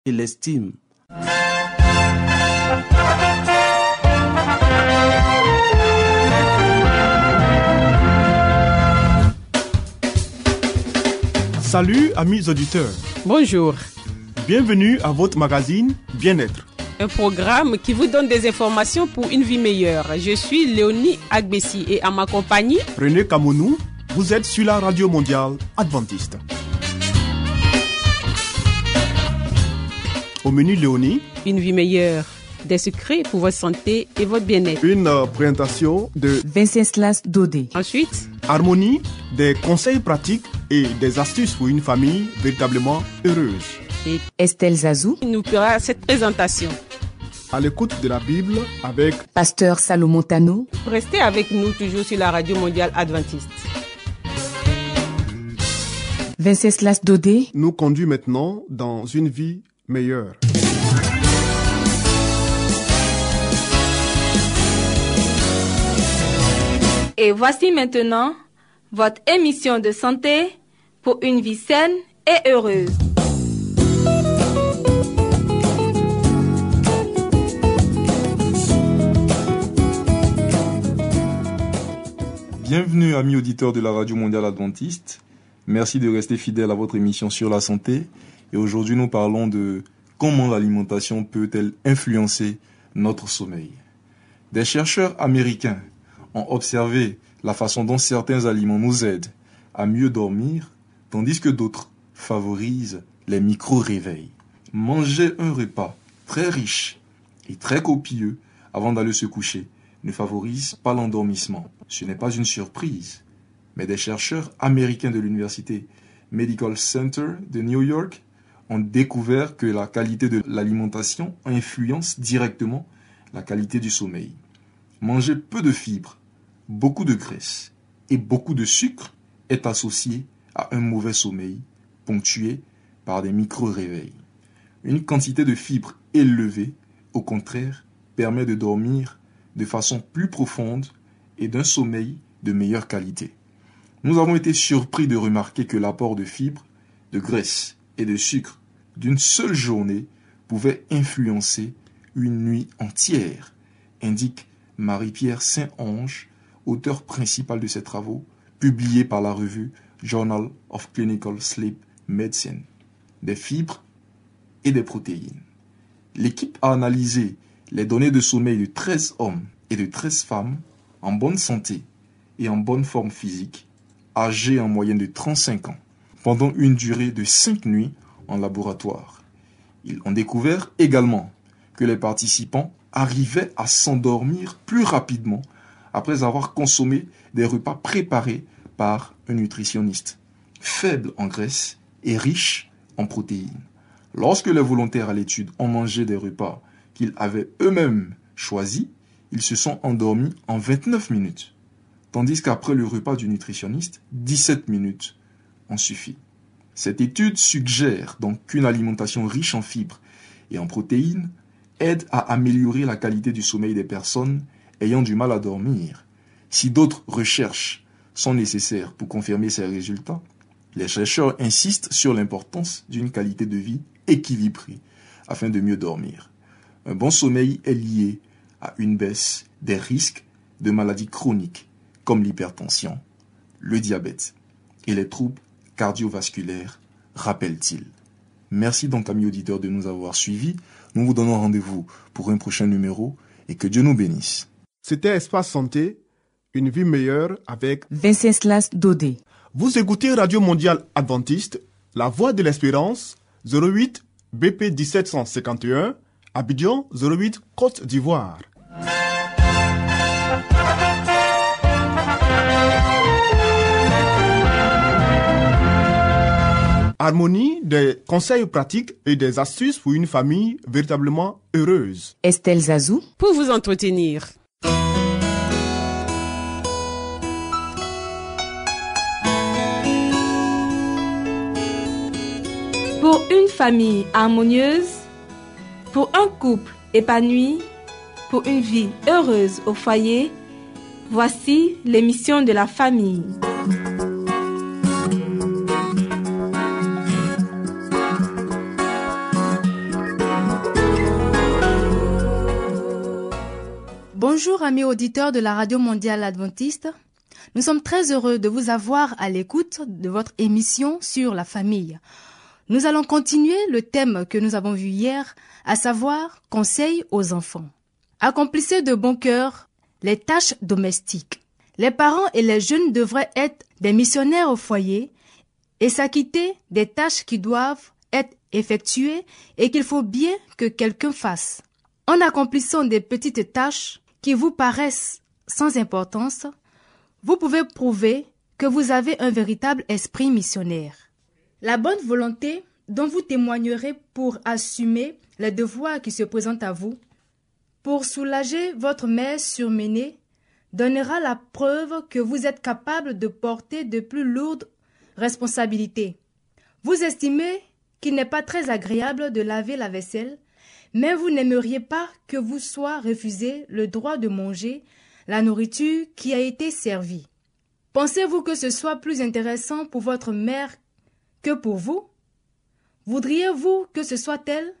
et l'estime. Salut amis auditeurs. Bonjour. Bienvenue à votre magazine Bien-être. Un programme qui vous donne des informations pour une vie meilleure. Je suis Léonie Agbessi et à ma compagnie, René Kamounou, vous êtes sur la radio mondiale adventiste. Au menu Léonie, une vie meilleure, des secrets pour votre santé et votre bien-être. Une présentation de Venceslas Dodé. Ensuite, Harmonie, des conseils pratiques et des astuces pour une famille véritablement heureuse. et Estelle Zazou. il nous fera cette présentation. À l'écoute de la Bible avec Pasteur Salomon Tano. Restez avec nous toujours sur la radio mondiale adventiste. Venceslas Dodé. nous conduit maintenant dans une vie meilleure. Et voici maintenant votre émission de santé pour une vie saine et heureuse. Bienvenue amis auditeurs de la Radio Mondiale Adventiste. Merci de rester fidèles à votre émission sur la santé. Et aujourd'hui nous parlons de comment l'alimentation peut-elle influencer notre sommeil. Des chercheurs américains ont observé la façon dont certains aliments nous aident à mieux dormir, tandis que d'autres favorisent les micro-réveils. Manger un repas très riche et très copieux avant d'aller se coucher ne favorise pas l'endormissement. Ce n'est pas une surprise, mais des chercheurs américains de l'université Medical Center de New York ont découvert que la qualité de l'alimentation influence directement la qualité du sommeil. Manger peu de fibres, beaucoup de graisse et beaucoup de sucre est associé à un mauvais sommeil, ponctué par des micro-réveils. Une quantité de fibres élevée, au contraire, permet de dormir de façon plus profonde et d'un sommeil de meilleure qualité. Nous avons été surpris de remarquer que l'apport de fibres, de graisse et de sucre d'une seule journée pouvait influencer une nuit entière, indique Marie-Pierre Saint-Onge, auteur principal de ces travaux, publiés par la revue Journal of Clinical Sleep Medicine. Des fibres et des protéines. L'équipe a analysé les données de sommeil de 13 hommes et de 13 femmes en bonne santé et en bonne forme physique, âgés en moyenne de 35 ans, pendant une durée de 5 nuits en laboratoire. Ils ont découvert également que les participants arrivaient à s'endormir plus rapidement après avoir consommé des repas préparés par un nutritionniste, faibles en graisse et riches en protéines. Lorsque les volontaires à l'étude ont mangé des repas qu'ils avaient eux-mêmes choisis, ils se sont endormis en 29 minutes, tandis qu'après le repas du nutritionniste, 17 minutes ont suffi. Cette étude suggère donc qu'une alimentation riche en fibres et en protéines aide à améliorer la qualité du sommeil des personnes ayant du mal à dormir. Si d'autres recherches sont nécessaires pour confirmer ces résultats, les chercheurs insistent sur l'importance d'une qualité de vie équilibrée afin de mieux dormir. Un bon sommeil est lié à une baisse des risques de maladies chroniques comme l'hypertension, le diabète et les troubles cardiovasculaires, rappelle-t-il. Merci donc amis auditeurs de nous avoir suivis. Nous vous donnons rendez-vous pour un prochain numéro et que Dieu nous bénisse. C'était Espace Santé, une vie meilleure avec Venceslas Dodé. Vous écoutez Radio Mondiale Adventiste, La Voix de l'Espérance, 08 BP 1751, Abidjan 08 Côte d'Ivoire. Harmonie, des conseils pratiques et des astuces pour une famille véritablement heureuse. Estelle Zazou. Pour vous entretenir. Pour une famille harmonieuse, pour un couple épanoui, pour une vie heureuse au foyer, voici l'émission de la famille. Bonjour amis auditeurs de la Radio Mondiale Adventiste. Nous sommes très heureux de vous avoir à l'écoute de votre émission sur la famille. Nous allons continuer le thème que nous avons vu hier, à savoir conseils aux enfants. Accomplissez de bon cœur les tâches domestiques. Les parents et les jeunes devraient être des missionnaires au foyer et s'acquitter des tâches qui doivent être effectuées et qu'il faut bien que quelqu'un fasse. En accomplissant des petites tâches qui vous paraissent sans importance, vous pouvez prouver que vous avez un véritable esprit missionnaire. La bonne volonté dont vous témoignerez pour assumer les devoirs qui se présentent à vous, pour soulager votre mère surmenée, donnera la preuve que vous êtes capable de porter de plus lourdes responsabilités. Vous estimez qu'il n'est pas très agréable de laver la vaisselle, mais vous n'aimeriez pas que vous soit refusé le droit de manger la nourriture qui a été servie. Pensez-vous que ce soit plus intéressant pour votre mère que pour vous? Voudriez-vous que ce soit elle,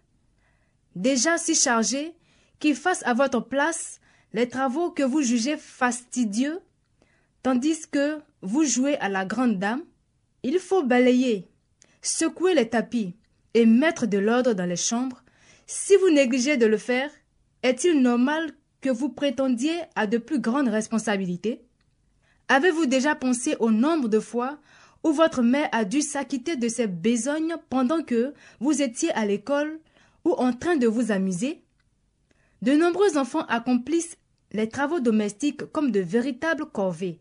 déjà si chargée, qui fasse à votre place les travaux que vous jugez fastidieux, tandis que vous jouez à la grande dame? Il faut balayer, secouer les tapis et mettre de l'ordre dans les chambres. Si vous négligez de le faire, est-il normal que vous prétendiez à de plus grandes responsabilités? Avez-vous déjà pensé au nombre de fois où votre mère a dû s'acquitter de ses besognes pendant que vous étiez à l'école ou en train de vous amuser? De nombreux enfants accomplissent les travaux domestiques comme de véritables corvées.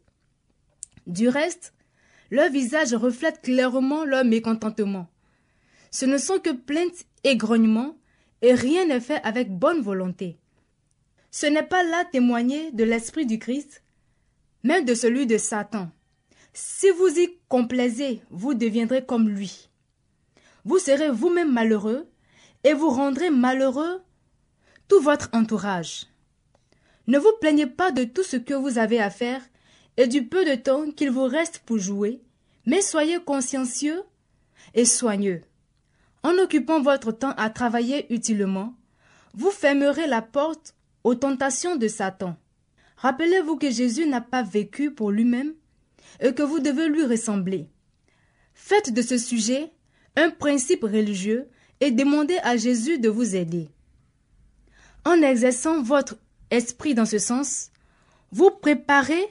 Du reste, leur visage reflète clairement leur mécontentement. Ce ne sont que plaintes et grognements, et rien n'est fait avec bonne volonté. Ce n'est pas là témoigner de l'esprit du Christ, mais de celui de Satan. Si vous y complaisez, vous deviendrez comme lui. Vous serez vous-même malheureux et vous rendrez malheureux tout votre entourage. Ne vous plaignez pas de tout ce que vous avez à faire et du peu de temps qu'il vous reste pour jouer, mais soyez consciencieux et soigneux. En occupant votre temps à travailler utilement, vous fermerez la porte aux tentations de Satan. Rappelez-vous que Jésus n'a pas vécu pour lui-même et que vous devez lui ressembler. Faites de ce sujet un principe religieux et demandez à Jésus de vous aider. En exerçant votre esprit dans ce sens, vous préparez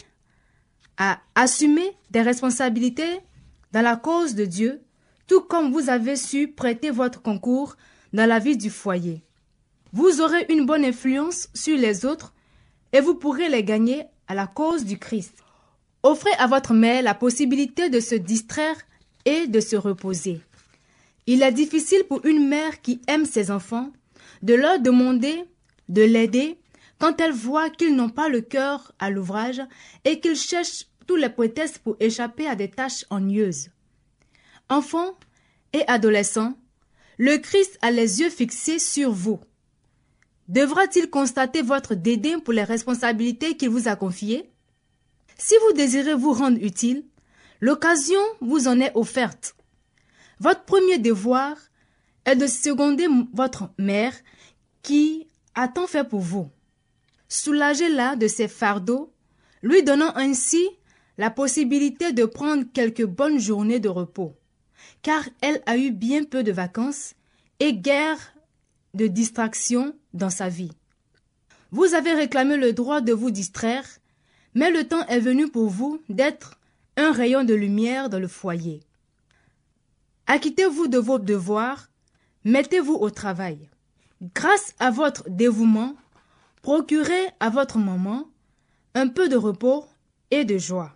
à assumer des responsabilités dans la cause de Dieu, tout comme vous avez su prêter votre concours dans la vie du foyer. Vous aurez une bonne influence sur les autres et vous pourrez les gagner à la cause du Christ. Offrez à votre mère la possibilité de se distraire et de se reposer. Il est difficile pour une mère qui aime ses enfants de leur demander de l'aider quand elle voit qu'ils n'ont pas le cœur à l'ouvrage et qu'ils cherchent tous les prétextes pour échapper à des tâches ennuyeuses. Enfants et adolescents, le Christ a les yeux fixés sur vous. Devra-t-il constater votre dédain pour les responsabilités qu'il vous a confiées? Si vous désirez vous rendre utile, l'occasion vous en est offerte. Votre premier devoir est de seconder votre mère qui a tant fait pour vous. Soulagez-la de ses fardeaux, lui donnant ainsi la possibilité de prendre quelques bonnes journées de repos, car elle a eu bien peu de vacances et guère de distractions dans sa vie. Vous avez réclamé le droit de vous distraire, mais le temps est venu pour vous d'être un rayon de lumière dans le foyer. Acquittez-vous de vos devoirs, mettez-vous au travail. Grâce à votre dévouement, procurez à votre maman un peu de repos et de joie.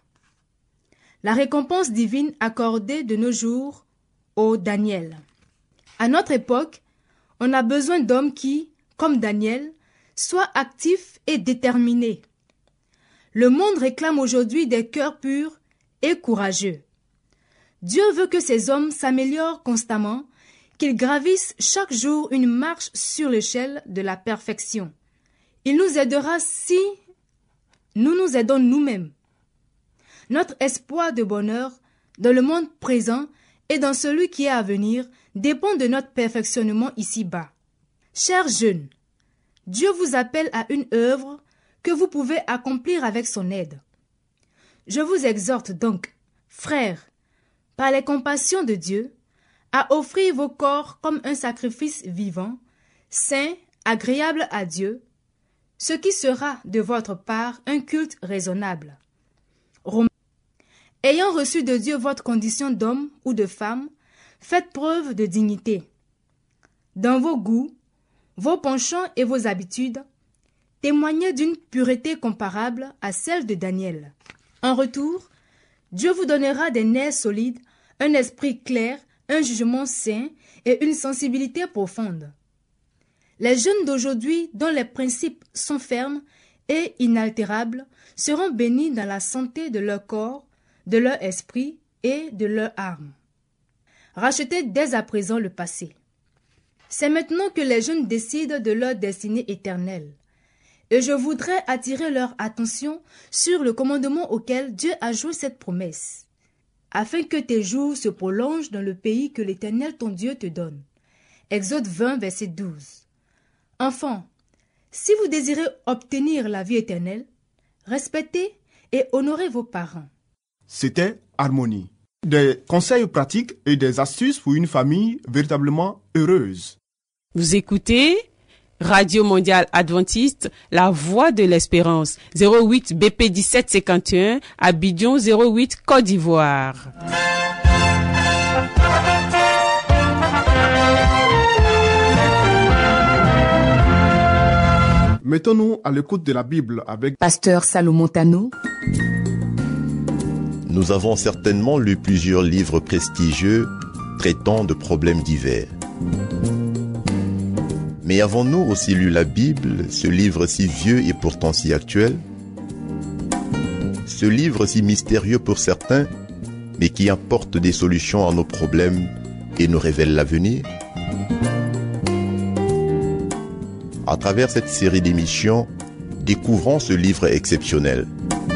La récompense divine accordée de nos jours au Daniel. À notre époque, on a besoin d'hommes qui, comme Daniel, soient actifs et déterminés. Le monde réclame aujourd'hui des cœurs purs et courageux. Dieu veut que ces hommes s'améliorent constamment, qu'ils gravissent chaque jour une marche sur l'échelle de la perfection. Il nous aidera si nous nous aidons nous-mêmes. Notre espoir de bonheur dans le monde présent et dans celui qui est à venir dépend de notre perfectionnement ici-bas. Chers jeunes, Dieu vous appelle à une œuvre que vous pouvez accomplir avec son aide. Je vous exhorte donc, frères, par les compassions de Dieu, à offrir vos corps comme un sacrifice vivant, saint, agréable à Dieu, ce qui sera de votre part un culte raisonnable. Ayant reçu de Dieu votre condition d'homme ou de femme, faites preuve de dignité. Dans vos goûts, vos penchants et vos habitudes, témoignez d'une pureté comparable à celle de Daniel. En retour, Dieu vous donnera des nerfs solides, un esprit clair, un jugement sain et une sensibilité profonde. Les jeunes d'aujourd'hui, dont les principes sont fermes et inaltérables, seront bénis dans la santé de leur corps, de leur esprit et de leur âme. Rachetez dès à présent le passé. C'est maintenant que les jeunes décident de leur destinée éternelle. Et je voudrais attirer leur attention sur le commandement auquel Dieu a joué cette promesse, afin que tes jours se prolongent dans le pays que l'Éternel ton Dieu te donne. Exode 20, verset 12. Enfants, si vous désirez obtenir la vie éternelle, respectez et honorez vos parents. C'était Harmonie. Des conseils pratiques et des astuces pour une famille véritablement heureuse. Vous écoutez Radio Mondiale Adventiste, la voix de l'espérance, 08 BP 1751, Abidjan 08, Côte d'Ivoire. Mettons-nous à l'écoute de la Bible avec Pasteur Salomon Tano. Nous avons certainement lu plusieurs livres prestigieux traitant de problèmes divers. Mais avons-nous aussi lu la Bible, ce livre si vieux et pourtant si actuel? Ce livre si mystérieux pour certains, mais qui apporte des solutions à nos problèmes et nous révèle l'avenir? À travers cette série d'émissions, découvrons ce livre exceptionnel.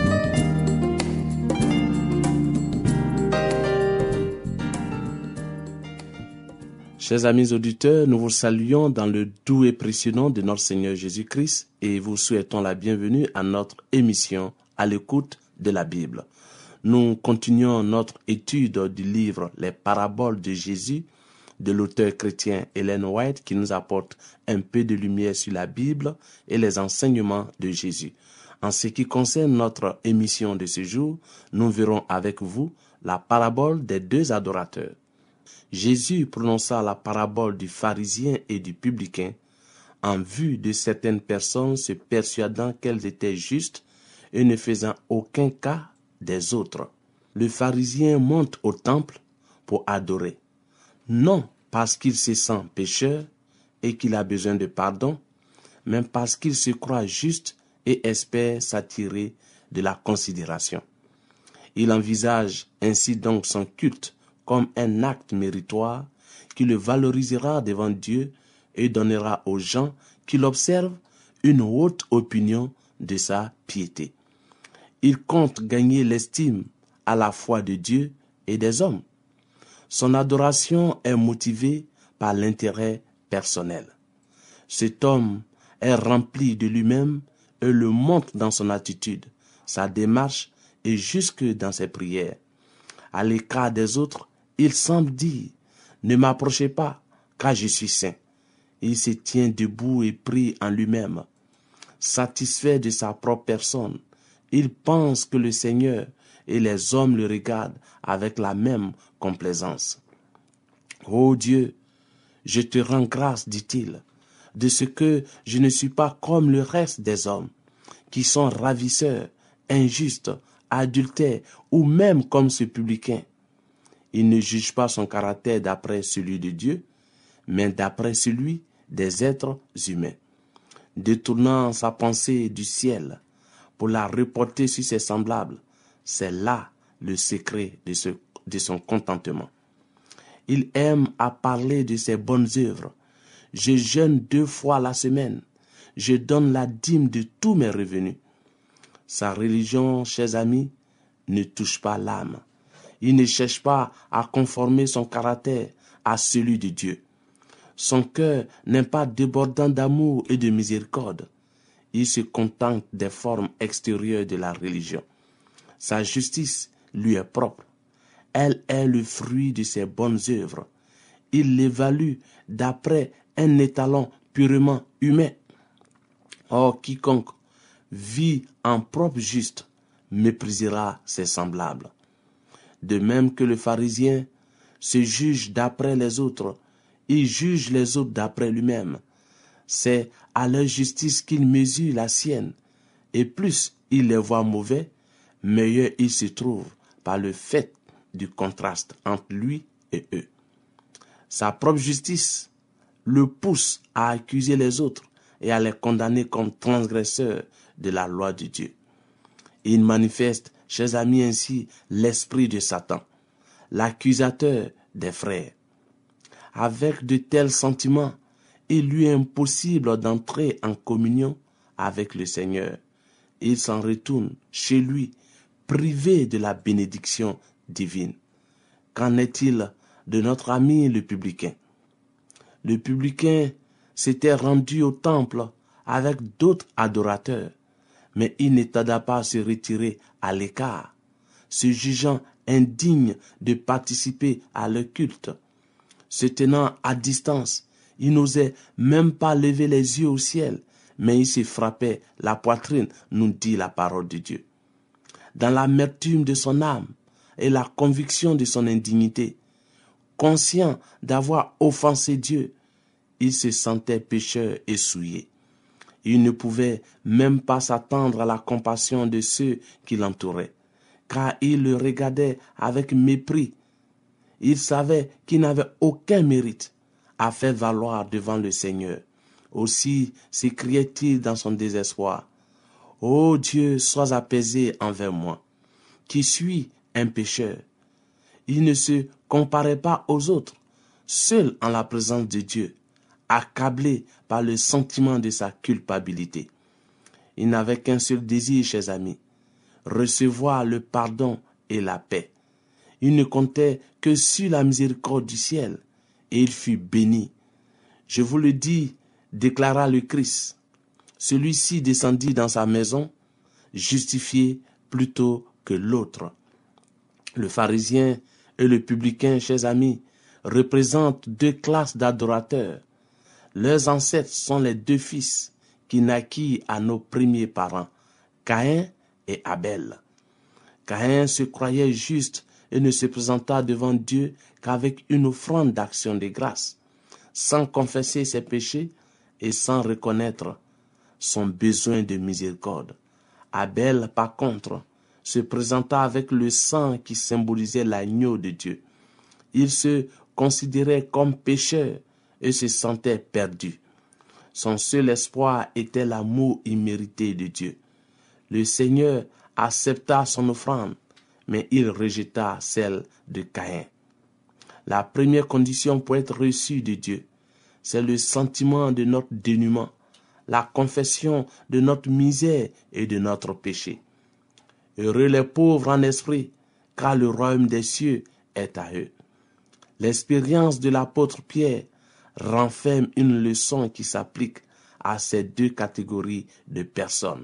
Chers amis auditeurs, nous vous saluons dans le doux et précieux nom de notre Seigneur Jésus-Christ et vous souhaitons la bienvenue à notre émission à l'écoute de la Bible. Nous continuons notre étude du livre Les paraboles de Jésus de l'auteur chrétien Ellen White qui nous apporte un peu de lumière sur la Bible et les enseignements de Jésus. En ce qui concerne notre émission de ce jour, nous verrons avec vous la parabole des deux adorateurs. Jésus prononça la parabole du pharisien et du publicain en vue de certaines personnes se persuadant qu'elles étaient justes et ne faisant aucun cas des autres. Le pharisien monte au temple pour adorer, non parce qu'il se sent pécheur et qu'il a besoin de pardon, mais parce qu'il se croit juste et espère s'attirer de la considération. Il envisage ainsi donc son culte comme un acte méritoire qui le valorisera devant Dieu et donnera aux gens qui l'observent une haute opinion de sa piété. Il compte gagner l'estime à la fois de Dieu et des hommes. Son adoration est motivée par l'intérêt personnel. Cet homme est rempli de lui-même et le montre dans son attitude, sa démarche et jusque dans ses prières. À l'écart des autres, il semble dire « Ne m'approchez pas, car je suis saint ». Il se tient debout et prie en lui-même. Satisfait de sa propre personne, il pense que le Seigneur et les hommes le regardent avec la même complaisance. « Ô Dieu, je te rends grâce, dit-il, de ce que je ne suis pas comme le reste des hommes, qui sont ravisseurs, injustes, adultères ou même comme ce publicain. Il ne juge pas son caractère d'après celui de Dieu, mais d'après celui des êtres humains. Détournant sa pensée du ciel pour la reporter sur ses semblables, c'est là le secret de son contentement. Il aime à parler de ses bonnes œuvres. Je jeûne 2 fois la semaine. Je donne la dîme de tous mes revenus. Sa religion, chers amis, ne touche pas l'âme. Il ne cherche pas à conformer son caractère à celui de Dieu. Son cœur n'est pas débordant d'amour et de miséricorde. Il se contente des formes extérieures de la religion. Sa justice lui est propre. Elle est le fruit de ses bonnes œuvres. Il l'évalue d'après un étalon purement humain. Or, quiconque vit en propre juste méprisera ses semblables. De même que le pharisien se juge d'après les autres, il juge les autres d'après lui-même. C'est à leur justice qu'il mesure la sienne, et plus il les voit mauvais, meilleur il se trouve par le fait du contraste entre lui et eux. Sa propre justice le pousse à accuser les autres et à les condamner comme transgresseurs de la loi de Dieu. Il manifeste, chers amis, ainsi l'esprit de Satan, l'accusateur des frères. Avec de tels sentiments, il lui est impossible d'entrer en communion avec le Seigneur. Il s'en retourne chez lui, privé de la bénédiction divine. Qu'en est-il de notre ami le publicain? Le publicain s'était rendu au temple avec d'autres adorateurs, mais il ne tarda pas à se retirer à l'écart, se jugeant indigne de participer à leur culte. Se tenant à distance, il n'osait même pas lever les yeux au ciel, mais il se frappait la poitrine, nous dit la parole de Dieu. Dans l'amertume de son âme et la conviction de son indignité, conscient d'avoir offensé Dieu, il se sentait pécheur et souillé. Il ne pouvait même pas s'attendre à la compassion de ceux qui l'entouraient, car il le regardait avec mépris. Il savait qu'il n'avait aucun mérite à faire valoir devant le Seigneur. Aussi s'écriait-il dans son désespoir: « Ô Dieu, sois apaisé envers moi, qui suis un pécheur. » Il ne se comparait pas aux autres, seul en la présence de Dieu, accablé par le sentiment de sa culpabilité. Il n'avait qu'un seul désir, chers amis, recevoir le pardon et la paix. Il ne comptait que sur la miséricorde du ciel, et il fut béni. Je vous le dis, déclara le Christ. Celui-ci descendit dans sa maison, justifié plutôt que l'autre. Le pharisien et le publicain, chers amis, représentent deux classes d'adorateurs. Leurs ancêtres sont les deux fils qui naquirent à nos premiers parents, Caïn et Abel. Caïn se croyait juste et ne se présenta devant Dieu qu'avec une offrande d'action de grâce, sans confesser ses péchés et sans reconnaître son besoin de miséricorde. Abel, par contre, se présenta avec le sang qui symbolisait l'agneau de Dieu. Il se considérait comme pécheur et se sentait perdu. Son seul espoir était l'amour immérité de Dieu. Le Seigneur accepta son offrande, mais il rejeta celle de Caïn. La première condition pour être reçu de Dieu, c'est le sentiment de notre dénuement, la confession de notre misère et de notre péché. Heureux les pauvres en esprit, car le royaume des cieux est à eux. L'expérience de l'apôtre Pierre renferme une leçon qui s'applique à ces deux catégories de personnes.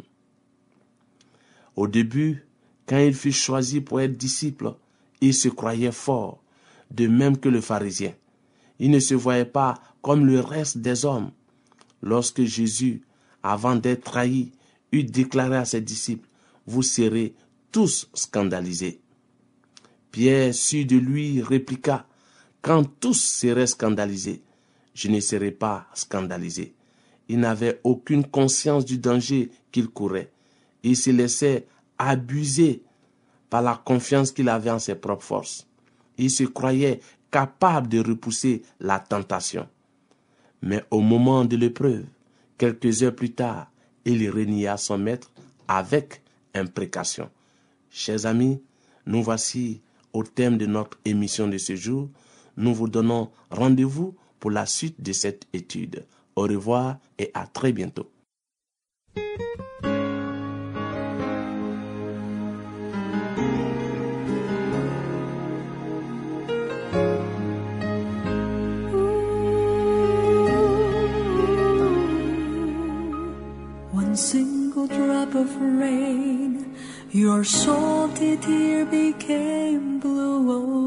Au début, quand il fut choisi pour être disciple, il se croyait fort, de même que le pharisien. Il ne se voyait pas comme le reste des hommes. Lorsque Jésus, avant d'être trahi, eut déclaré à ses disciples: « Vous serez tous scandalisés. » Pierre, sûr de lui, répliqua: « Quand tous seraient scandalisés, je ne serai pas scandalisé. » Il n'avait aucune conscience du danger qu'il courait. Il se laissait abuser par la confiance qu'il avait en ses propres forces. Il se croyait capable de repousser la tentation. Mais au moment de l'épreuve, quelques heures plus tard, il renia son maître avec imprécation. Chers amis, nous voici au thème de notre émission de ce jour. Nous vous donnons rendez-vous pour la suite de cette étude. Au revoir et à très bientôt. One one single drop of rain, your salty tear became blue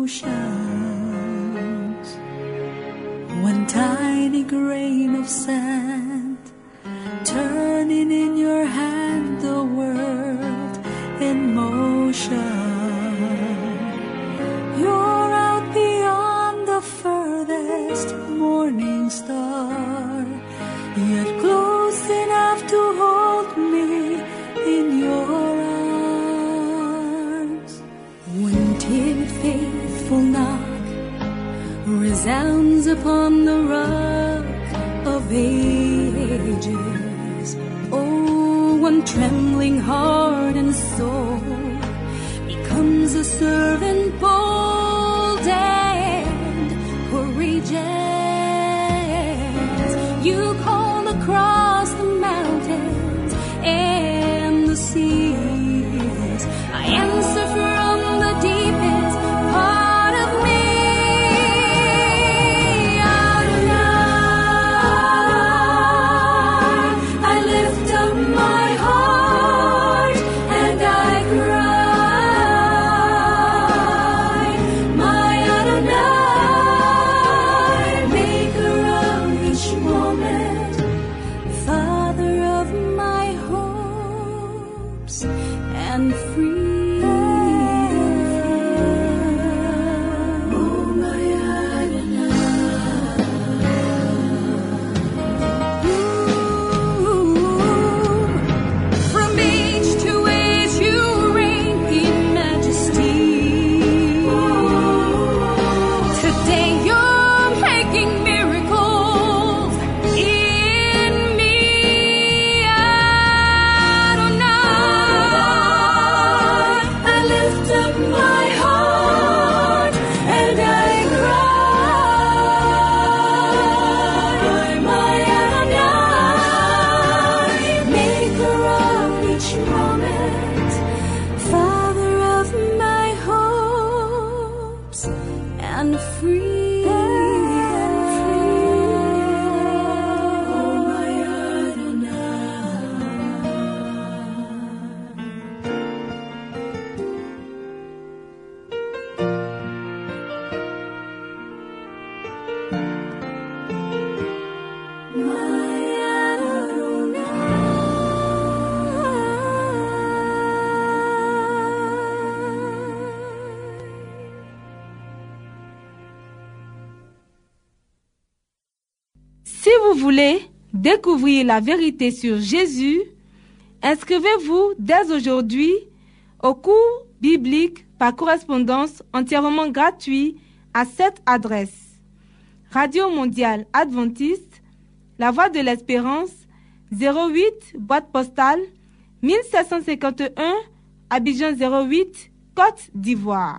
oceans. One tiny grain of sand, turning in your hand the world in motion. You're out beyond the furthest morning star, yet close enough to hold me in your arms. When timid faithful knock resounds upon the rock of ages, oh, one trembling heart and soul becomes a servant bold and courageous. You call across the mountains and the seas. I answer from the deepest part of me. Adonai, I lift up my heart and I cry. My Adonai, maker of each moment, Father of my hopes and free. Oh, my Adonai. From age to age you reign in majesty. Today you're making miracles in me. Adonai, I lift up my heart and I cry. My Adonai, maker of each moment, Father of my hopes and free. Oh, my Adonai. Si vous voulez découvrir la vérité sur Jésus, inscrivez-vous dès aujourd'hui au cours biblique par correspondance entièrement gratuit à cette adresse: Radio Mondiale Adventiste, La Voie de l'Espérance, 08 boîte postale 1751, Abidjan 08, Côte d'Ivoire.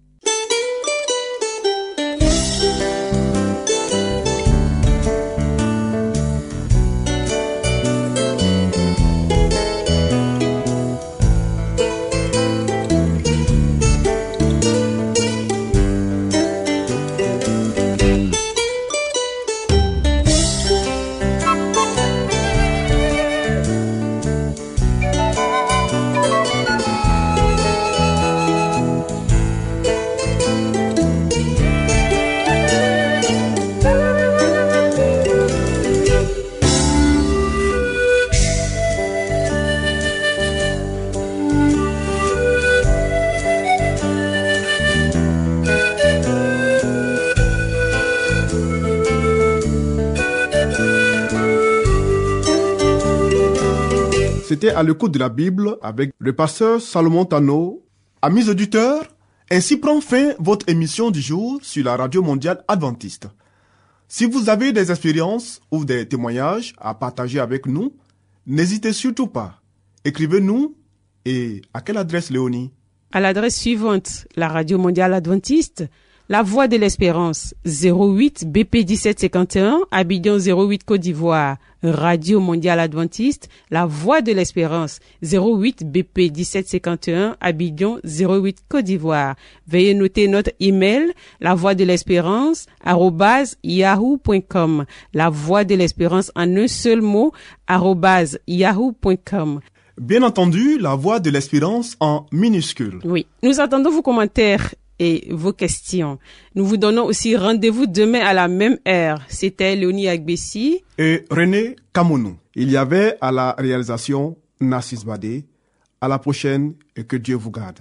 C'était à l'écoute de la Bible avec le pasteur Salomon Tano. Amis auditeurs, ainsi prend fin votre émission du jour sur la Radio Mondiale Adventiste. Si vous avez des expériences ou des témoignages à partager avec nous, n'hésitez surtout pas. Écrivez-nous. Et à quelle adresse, Léonie? À l'adresse suivante: la Radio Mondiale Adventiste, La Voix de l'Espérance, 08 BP 1751, Abidjan 08 Côte d'Ivoire. Radio Mondiale Adventiste, La Voix de l'Espérance, 08 BP 1751, Abidjan 08 Côte d'Ivoire. Veuillez noter notre email, lavoixdelespérance@yahoo.com. La Voix de l'Espérance en un seul mot, @yahoo.com. Bien entendu, La Voix de l'Espérance en minuscule. Oui, nous attendons vos commentaires et vos questions. Nous vous donnons aussi rendez-vous demain à la même heure. C'était Léonie Agbessi et René Kamounou. Il y avait à la réalisation Nassis Badé. À la prochaine et que Dieu vous garde.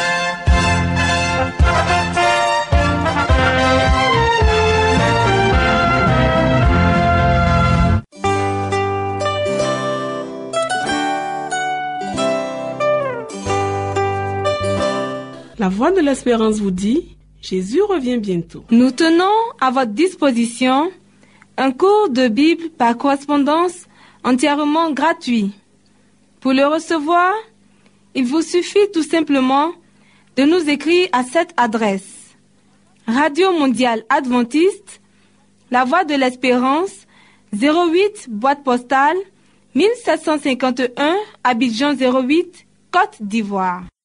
La Voix de l'Espérance vous dit, Jésus revient bientôt. Nous tenons à votre disposition un cours de Bible par correspondance entièrement gratuit. Pour le recevoir, il vous suffit tout simplement de nous écrire à cette adresse. Radio Mondiale Adventiste, La Voix de l'Espérance, 08 boîte postale 1751, Abidjan 08, Côte d'Ivoire.